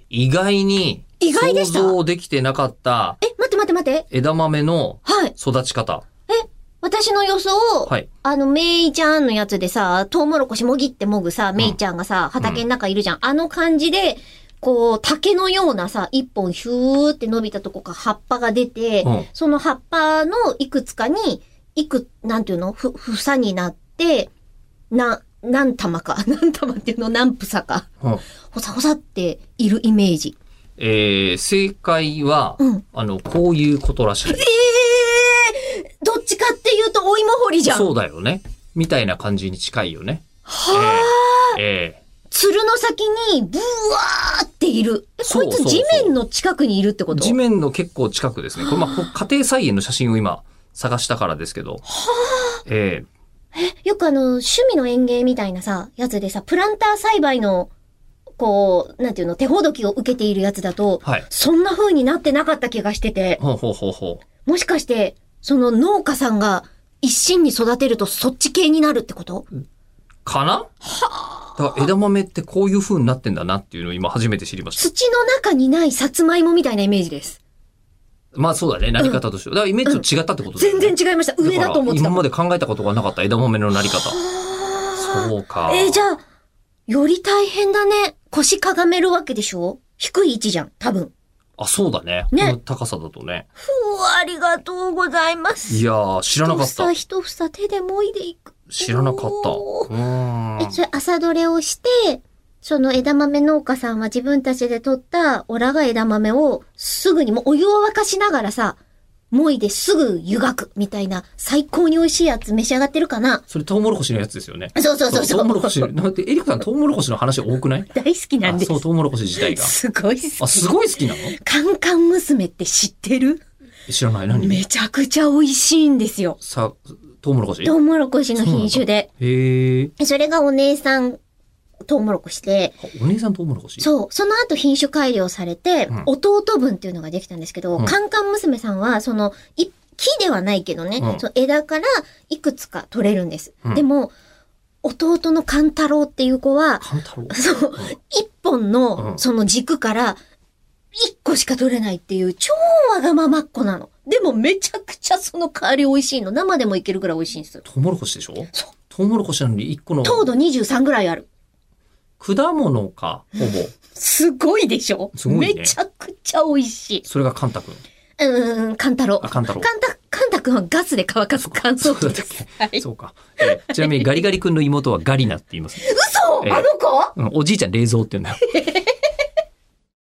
意外に想像できてなかった。 待って。 枝豆の育ち方。 私の予想、 はい、 メイちゃんのやつでさ、トウモロコシもぎってもぐさ、メイちゃんがさ、畑の中いるじゃん。あの感じで、こう、竹のようなさ、一本ヒューって伸びたとこから葉っぱが出て、その葉っぱのいくつかに、なんていうの房になって、何玉っていうの何房か。ほさほさっているイメージ。 正解は、こういうことらしい。 どっちかっていうとお芋掘りじゃん。 そうだよね。みたいな感じに近いよね。 つるの先にブワーっている。こいつ地面の近くにいるってこと？ 地面の結構近くですね。これ家庭菜園の写真を今探したからですけど。 よく趣味の園芸みたいなさ、やつでさ、プランター栽培の、こう、なんていうの、手ほどきを受けているやつだと、そんな風になってなかった気がしてて。もしかして、その農家さんが一心に育てるとそっち系になるってことかな？だから枝豆ってこういう風になってんだなっていうのを今初めて知りました。 土の中にないさつまいもみたいなイメージです。 まあそうだね、なり方としては。だからイメージと違ったってことだよね。 全然違いました。上だと思ってた。 今まで考えたことがなかった枝豆のなり方。そうか。 じゃあ、より大変だね。腰かがめるわけでしょ？低い位置じゃん、多分。 そうだね。この高さだとね。 ありがとうございます。 いやー、知らなかった。 一房手でもいでいく。 知らなかった。 それ朝どれをして、その枝豆農家さんは自分たちで取ったオラが枝豆をすぐにもうお湯を沸かしながらさ、もいですぐ湯がくみたいな最高に美味しいやつ召し上がってるかな？ それトウモロコシのやつですよね。 そう。 トウモロコシ。なんて、エリコさんトウモロコシの話多くない？ 大好きなんです。 そう、トウモロコシ自体が。 すごい好き。 すごい好きなの？ カンカン娘って知ってる？ 知らない。何？ めちゃくちゃ美味しいんですよ。 トウモロコシ？ トウモロコシの品種で。それがお姉さんトウモロコシで。 お姉さんトウモロコシ？ そう。その後品種改良されて、弟分っていうのができたんですけど、カンカン娘さんは、木ではないけどね、その枝からいくつか取れるんです。でも、弟のカンタロウっていう子は、そう、一本のその軸から一個しか取れないっていう超わがままっ子なの。でもめちゃくちゃその代わり美味しいの。生でもいけるぐらい美味しいんですよ。 トウモロコシでしょ？ そう。 トウモロコシなのに一個の。 糖度23ぐらいある。 果物か、ほぼ。 すごいでしょ？すごいね。めちゃくちゃ美味しい。 それがカンタ君。 カンタロウ。 カンタ君はガスで乾かす乾燥機です。 そうか。ちなみにガリガリ君の妹はガリナって言います。 嘘？あの子？ おじいちゃん冷蔵って言うんだよ。